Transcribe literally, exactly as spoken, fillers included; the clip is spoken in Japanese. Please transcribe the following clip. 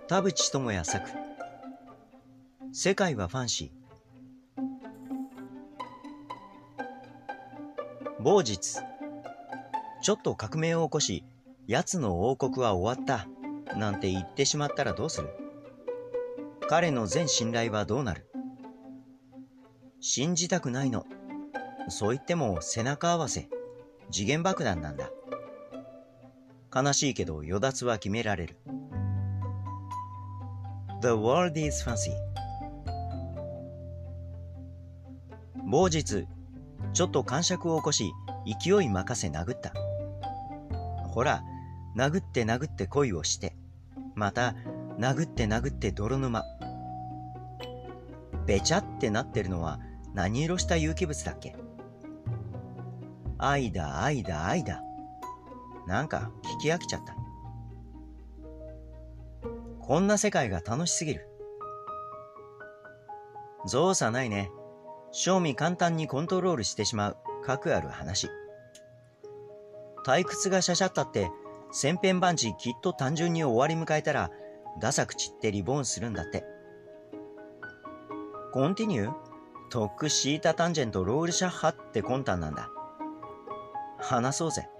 田淵智也作。世界はファンシー。某日、ちょっと革命を起こし、奴の王国は終わった、なんて言ってしまったらどうする？彼の全信頼はどうなる？信じたくないの。そう言っても背中合わせ、時限爆弾なんだ。悲しいけど与奪は決められる。The world is fancy。某日、ちょっと癇癪を起こし、勢い任せ殴った。ほら、殴って殴って恋をして、また殴って殴って泥沼。べちゃってなってるのは何色した有機物だっけ？愛だ愛だ愛だ。なんか聞き飽きちゃった。こんな世界が楽しすぎる。造作ないね。正味簡単にコントロールしてしまう核ある話。退屈がしゃしゃったって千変万事きっと単純に終わり迎えたらダサく散ってリボーンするんだって。コンティニュー？トックシータタンジェントロールシャッハって魂胆なんだ。話そうぜ。